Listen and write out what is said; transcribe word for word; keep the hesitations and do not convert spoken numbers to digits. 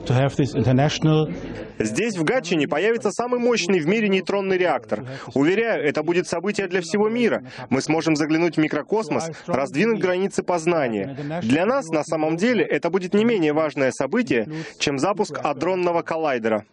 to have this international. Здесь, в Гатчине, появится самый мощный в мире нейтронный реактор. Уверяю, это будет событие для всего мира. Мы сможем заглянуть в микрокосмос, раздвинуть границы познания. Для нас, на самом деле, это будет не менее важное событие, чем запуск адронного коллайдера.